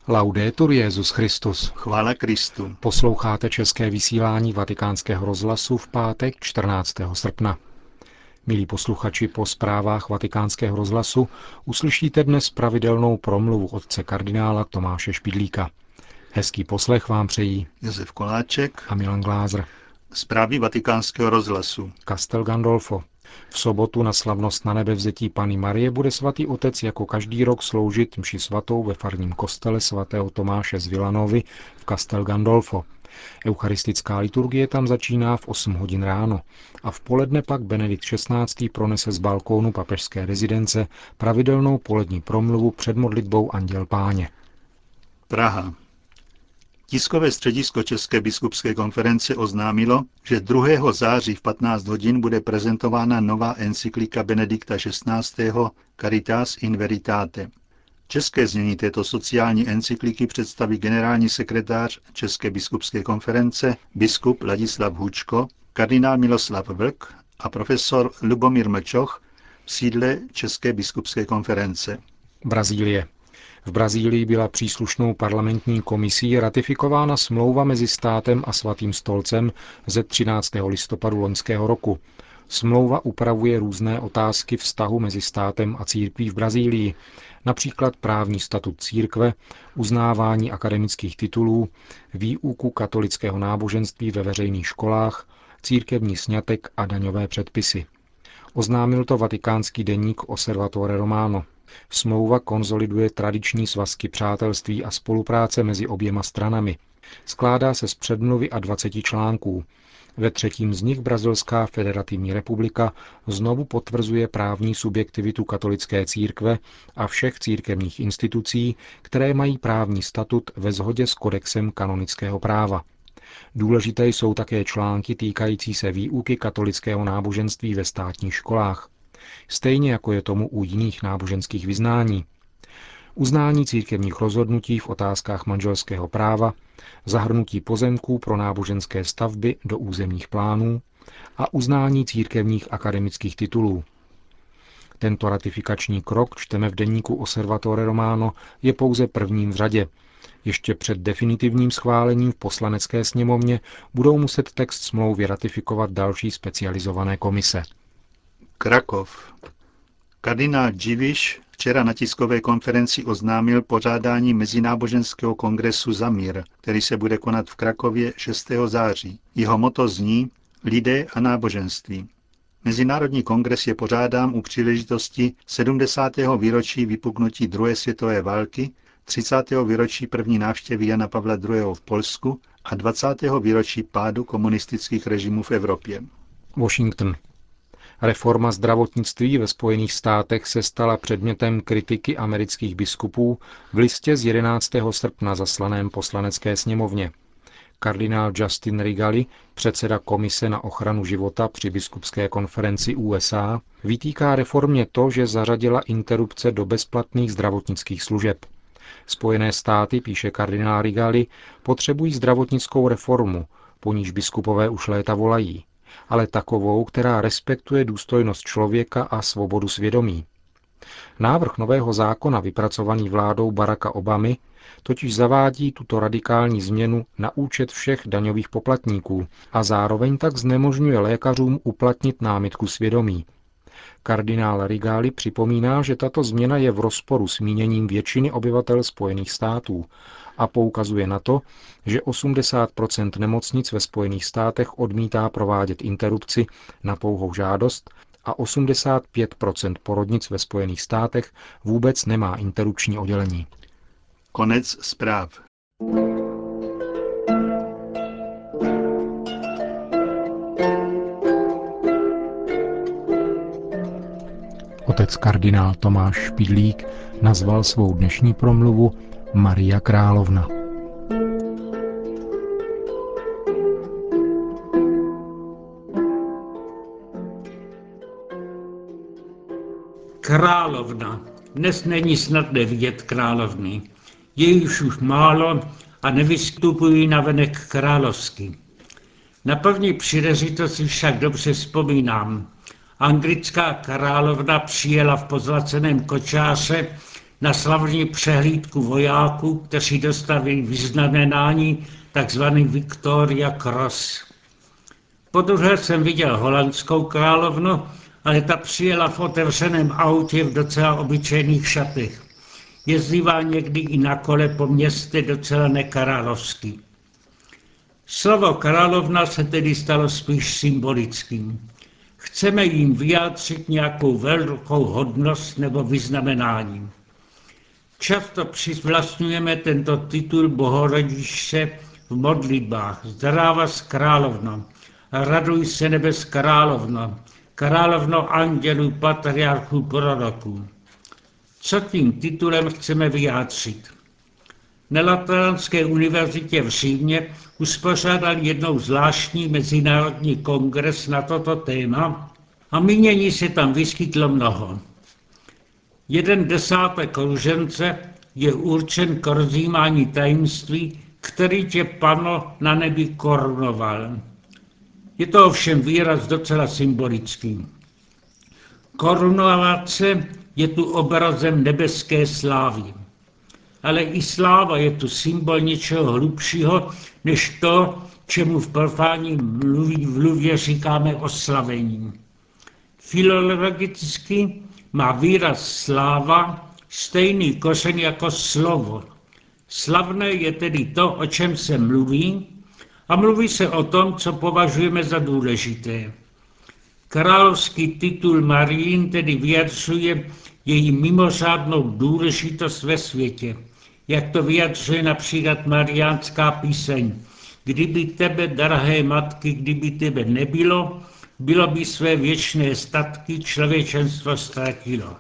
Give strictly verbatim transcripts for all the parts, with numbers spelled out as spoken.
Laudetur Jesus Christus. Chvála Kristu. Posloucháte české vysílání Vatikánského rozhlasu v pátek čtrnáctého srpna. Milí posluchači, po zprávách Vatikánského rozhlasu uslyšíte dnes pravidelnou promluvu otce kardinála Tomáše Špidlíka. Hezký poslech vám přejí Josef Koláček a Milan Glázer. Zprávy Vatikánského rozhlasu. Castel Gandolfo. V sobotu na slavnost na nebevzetí Panny Marie bude svatý otec jako každý rok sloužit mši svatou ve farním kostele svatého Tomáše z Villanovy v Castel Gandolfo. Eucharistická liturgie tam začíná v osm hodin ráno a v poledne pak Benedikt šestnáctý pronese z balkónu papežské rezidence pravidelnou polední promluvu před modlitbou Anděl Páně. Praha. Tiskové středisko České biskupské konference oznámilo, že druhého září v patnáct hodin bude prezentována nová encyklika Benedikta šestnáctého Caritas in Veritate. České znění této sociální encykliky představí generální sekretář České biskupské konference biskup Ladislav Hučko, kardinál Miloslav Vlk a profesor Lubomír Mlčoch v sídle České biskupské konference. Brazílie. V Brazílii byla příslušnou parlamentní komisí ratifikována smlouva mezi státem a Svatým stolcem ze třináctého listopadu loňského roku. Smlouva upravuje různé otázky vztahu mezi státem a církví v Brazílii, například právní statut církve, uznávání akademických titulů, výuku katolického náboženství ve veřejných školách, církevní sňatek a daňové předpisy. Oznámil to vatikánský deník Osservatore Romano. Smlouva konsoliduje tradiční svazky přátelství a spolupráce mezi oběma stranami. Skládá se z předmluvy a dvaceti článků. Ve třetím z nich Brazilská federativní republika znovu potvrzuje právní subjektivitu katolické církve a všech církevních institucí, které mají právní statut ve shodě s kodexem kanonického práva. Důležité jsou také články týkající se výuky katolického náboženství ve státních školách. Stejně jako je tomu u jiných náboženských vyznání. Uznání církevních rozhodnutí v otázkách manželského práva, zahrnutí pozemků pro náboženské stavby do územních plánů a uznání církevních akademických titulů. Tento ratifikační krok, čteme v deníku Osservatore Romano, je pouze prvním v řadě. Ještě před definitivním schválením v poslanecké sněmovně budou muset text smlouvy ratifikovat další specializované komise. Krakov. Kardinál Dziwisz včera na tiskové konferenci oznámil pořádání Mezináboženského kongresu za mír, který se bude konat v Krakově šestého září. Jeho motto zní Lidé a náboženství. Mezinárodní kongres je pořádán u příležitosti sedmdesátého výročí vypuknutí druhé světové války, třicátého výročí první návštěvy Jana Pavla druhého. v Polsku a dvacátého výročí pádu komunistických režimů v Evropě. Washington. Reforma zdravotnictví ve Spojených státech se stala předmětem kritiky amerických biskupů v listě z jedenáctého srpna zaslaném poslanecké sněmovně. Kardinál Justin Rigali, předseda Komise na ochranu života při biskupské konferenci U S A, vytýká reformě to, že zařadila interrupce do bezplatných zdravotnických služeb. Spojené státy, píše kardinál Rigali, potřebují zdravotnickou reformu, po níž biskupové už léta volají, ale takovou, která respektuje důstojnost člověka a svobodu svědomí. Návrh nového zákona vypracovaný vládou Baracka Obamy totiž zavádí tuto radikální změnu na účet všech daňových poplatníků a zároveň tak znemožňuje lékařům uplatnit námitku svědomí. Kardinál Rigali připomíná, že tato změna je v rozporu s míněním většiny obyvatel Spojených států a poukazuje na to, že osmdesát procent nemocnic ve Spojených státech odmítá provádět interrupci na pouhou žádost a osmdesát pět procent porodnic ve Spojených státech vůbec nemá interrupční oddělení. Konec zpráv. Otec kardinál Tomáš Špidlík nazval svou dnešní promluvu Maria Královna. Královna. Dnes není snadné vidět královny. Je již už málo a nevystupují navenek královsky. Na první příležitost však dobře vzpomínám. Anglická královna přijela v pozlaceném kočáře na slavní přehlídku vojáků, kteří dostali vyznamenání tzv. Victoria Cross. Podruhé jsem viděl holandskou královnu, ale ta přijela v otevřeném autě v docela obyčejných šatech. Jezdívá někdy i na kole po městě docela nekrálovsky. Slovo královna se tedy stalo spíš symbolickým. Chceme jim vyjádřit nějakou velkou hodnost nebo vyznamenání. Často přivlastňujeme tento titul Bohorodičce v modlitbách. Zdravá vás královno, raduj se nebes královno, královno andělů, patriarchů, proroků. Co tím titulem chceme vyjádřit? Na Lateránské univerzitě v Římě uspořádal jednou zvláštní mezinárodní kongres na toto téma a mínění se tam vyskytlo mnoho. Jeden desátek růžence je určen k rozjímání tajemství, který tě Panno na nebi korunoval. Je to ovšem výraz docela symbolický. Korunovace je tu obrazem nebeské slávy. Ale i sláva je tu symbol něčeho hlubšího, než to, čemu v profání mluvě říkáme oslavení. Filologicky má výraz sláva stejný kořen jako slovo. Slavné je tedy to, o čem se mluví, a mluví se o tom, co považujeme za důležité. Královský titul Mariin tedy vyjadřuje její mimořádnou důležitost ve světě, jak to vyjadřuje například mariánská píseň. Kdyby tebe, drahé matky, kdyby tebe nebylo, bylo by své věčné statky člověčenstvo ztratilo.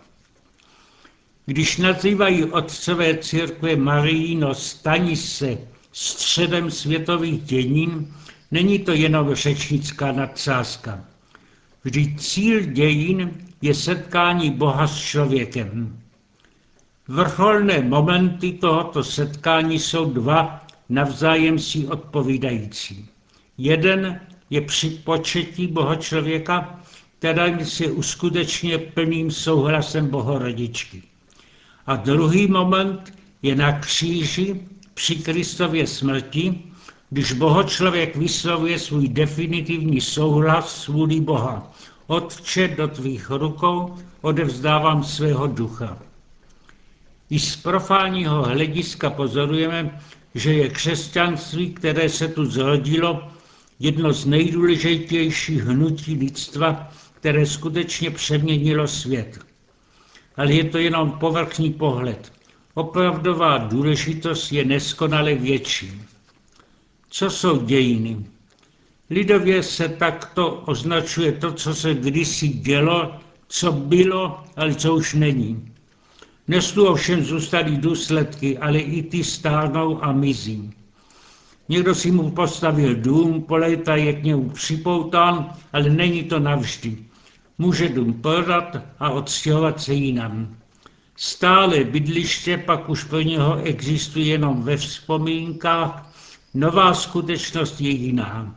Když nazývají otcové církve Mariino stanice středem světových dějin, není to jenom řečnická nadsázka. Vždyť cíl dějin je setkání Boha s člověkem. Vrcholné momenty tohoto setkání jsou dva navzájem si odpovídající. Jeden je při početí Boha člověka, který se uskutečňuje plným souhlasem Bohorodičky. A druhý moment je na kříži při Kristově smrti, když Bohočlověk vyslovuje svůj definitivní souhlas s vůlí Boha. Otče, do tvých rukou odevzdávám svého ducha. I z profánního hlediska pozorujeme, že je křesťanství, které se tu zrodilo, jedno z nejdůležitějších hnutí lidstva, které skutečně přeměnilo svět. Ale je to jenom povrchní pohled. Opravdová důležitost je neskonale větší. Co jsou dějiny? Lidově se takto označuje to, co se kdysi dělo, co bylo, ale co už není. Dnes tu ovšem zůstaly důsledky, ale i ty stárnou a mizí. Někdo si mu postavil dům, po léta je k němu připoután, ale není to navždy. Může dům prodat a odstěhovat se jinam. Stále bydliště pak už pro něho existuje jenom ve vzpomínkách, nová skutečnost je jiná.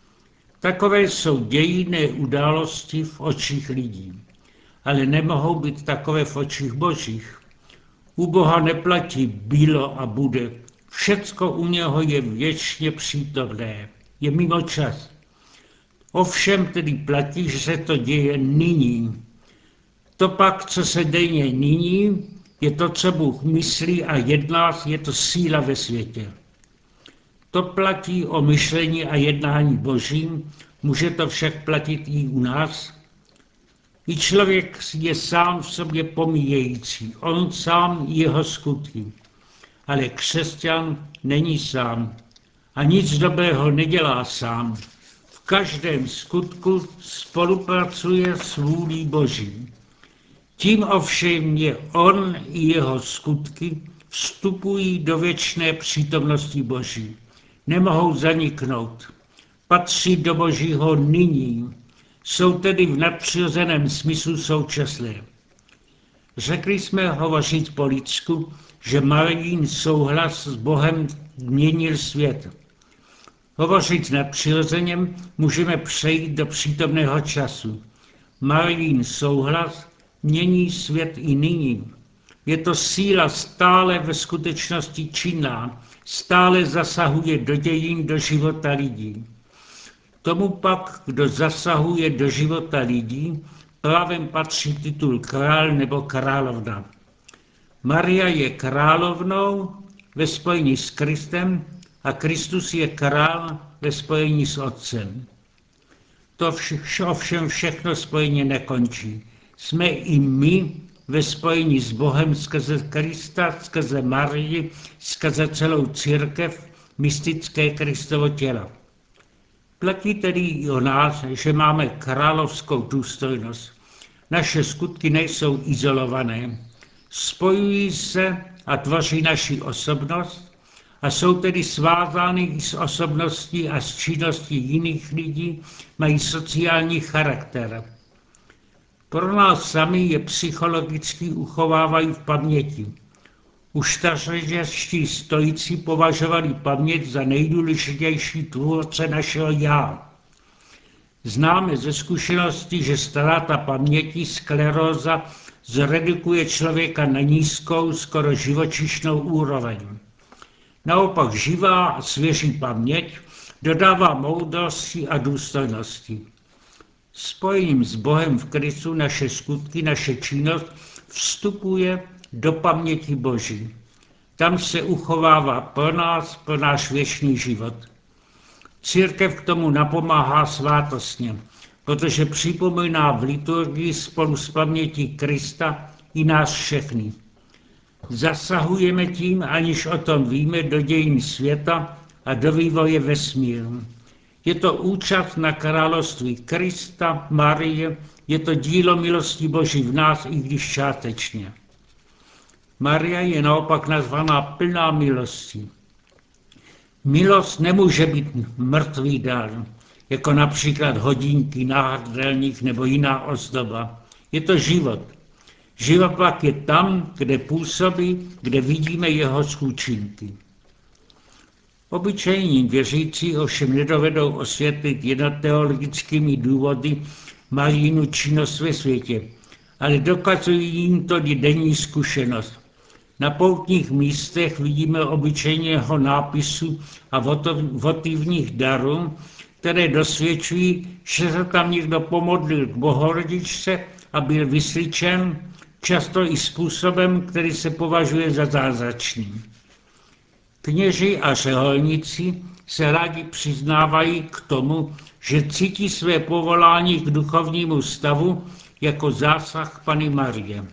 Takové jsou dějinné události v očích lidí, ale nemohou být takové v očích božích. U Boha neplatí bylo a bude, všecko u něho je věčně přítomné, je mimo čas. Ovšem tedy platí, že se to děje nyní. To pak, co se děje nyní, je to, co Bůh myslí a jedná, je to síla ve světě. To platí o myšlení a jednání Božím, může to však platit i u nás. I člověk je sám v sobě pomíjející, on sám jeho skutky. Ale křesťan není sám a nic dobrého nedělá sám. V každém skutku spolupracuje s vůlí Boží. Tím ovšem je on i jeho skutky vstupují do věčné přítomnosti Boží. Nemohou zaniknout. Patří do Božího nyní. Jsou tedy v nadpřirozeném smyslu současné. Řekli jsme hovořit po lidsku, že Marijin souhlas s Bohem měnil svět. Hovořit nadpřirozeně můžeme přejít do přítomného času. Marijin souhlas mění svět i nyní. Je to síla stále ve skutečnosti činná, stále zasahuje do dějin, do života lidí. Tomu pak, kdo zasahuje do života lidí, právem patří titul král nebo královna. Maria je královnou ve spojení s Kristem a Kristus je král ve spojení s Otcem. To vše, ovšem všechno spojení nekončí. Jsme i my ve spojení s Bohem skrze Krista, skrze Marii, skrze celou církev, mystické Kristovo těla. Platí tedy i o nás, že máme královskou důstojnost. Naše skutky nejsou izolované. Spojují se a tvoří naši osobnost a jsou tedy svázány i s osobností a s činností jiných lidí, mají sociální charakter. Pro nás sami je psychologicky uchovávají v paměti. Už starožití stoici považovali paměť za nejdůležitější tvůrce našeho já. Známe ze zkušenosti, že ztráta paměti, skleróza, zredukuje člověka na nízkou, skoro živočišnou úroveň. Naopak živá a svěží paměť dodává moudrosti a důstojnosti. Spojením s Bohem v Kristu naše skutky, naše činnost vstupuje do paměti Boží. Tam se uchovává pro nás, pro náš věčný život. Církev k tomu napomáhá svátostně, protože připomíná v liturgii spolu s pamětí Krista i nás všechny. Zasahujeme tím, aniž o tom víme, do dějin světa a do vývoje vesmíru. Je to účast na království Krista, Marie, je to dílo milosti Boží v nás, i když částečně. Maria je naopak nazvaná plná milosti. Milost nemůže být mrtvý dar, jako například hodinky, náhrdelník nebo jiná ozdoba. Je to život. Život pak je tam, kde působí, kde vidíme jeho účinky. Obyčejní věřící ovšem nedovedou osvětlit jen teologickými důvody Marijinu činnost ve světě, ale dokazují jim to denní zkušenost. Na poutních místech vidíme obyčejného nápisu a votivních darů, které dosvědčují, že se tam někdo pomodlil k Bohorodičce a byl vyslyšen, často i způsobem, který se považuje za zázračný. Kněži a řeholníci se rádi přiznávají k tomu, že cítí své povolání k duchovnímu stavu jako zásah Panny Marie.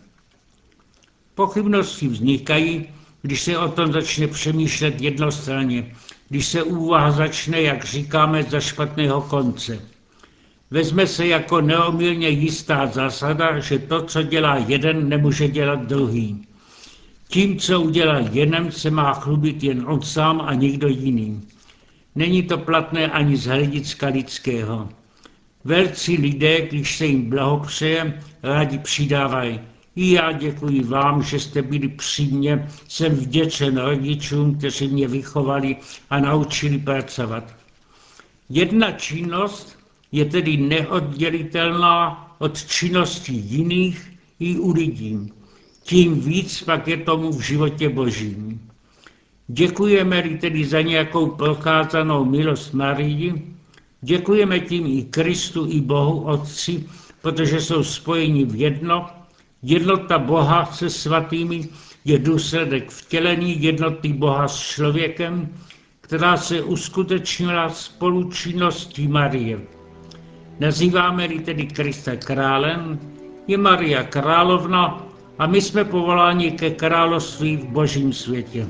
Pochybnosti vznikají, když se o tom začne přemýšlet jednostranně, když se úvaha začne, jak říkáme, za špatného konce. Vezme se jako neomylně jistá zásada, že to, co dělá jeden, nemůže dělat druhý. Tím, co udělal jeden, se má chlubit jen on sám a nikdo jiný. Není to platné ani z hlediska lidského. Velcí lidé, když se jim blahopřeje, rádi přidávají: i já děkuji vám, že jste byli při mně, jsem vděčen rodičům, kteří mě vychovali a naučili pracovat. Jedna činnost je tedy neoddělitelná od činnosti jiných i u lidí. Tím víc pak je tomu v životě Božím. Děkujeme-li tedy za nějakou prokázanou milost Marii, děkujeme tím i Kristu, i Bohu Otci, protože jsou spojeni v jedno. Jednota Boha se svatými je důsledek vtělení jednoty Boha s člověkem, která se uskutečnila spolučinností Marie. Nazýváme-li tedy Krista králem, je Maria královna a my jsme povoláni ke království v Božím světě.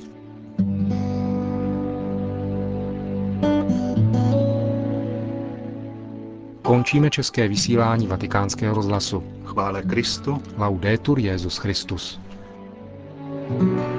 Končíme české vysílání Vatikánského rozhlasu. Chvála Kristu. Laudetur Jesus Christus.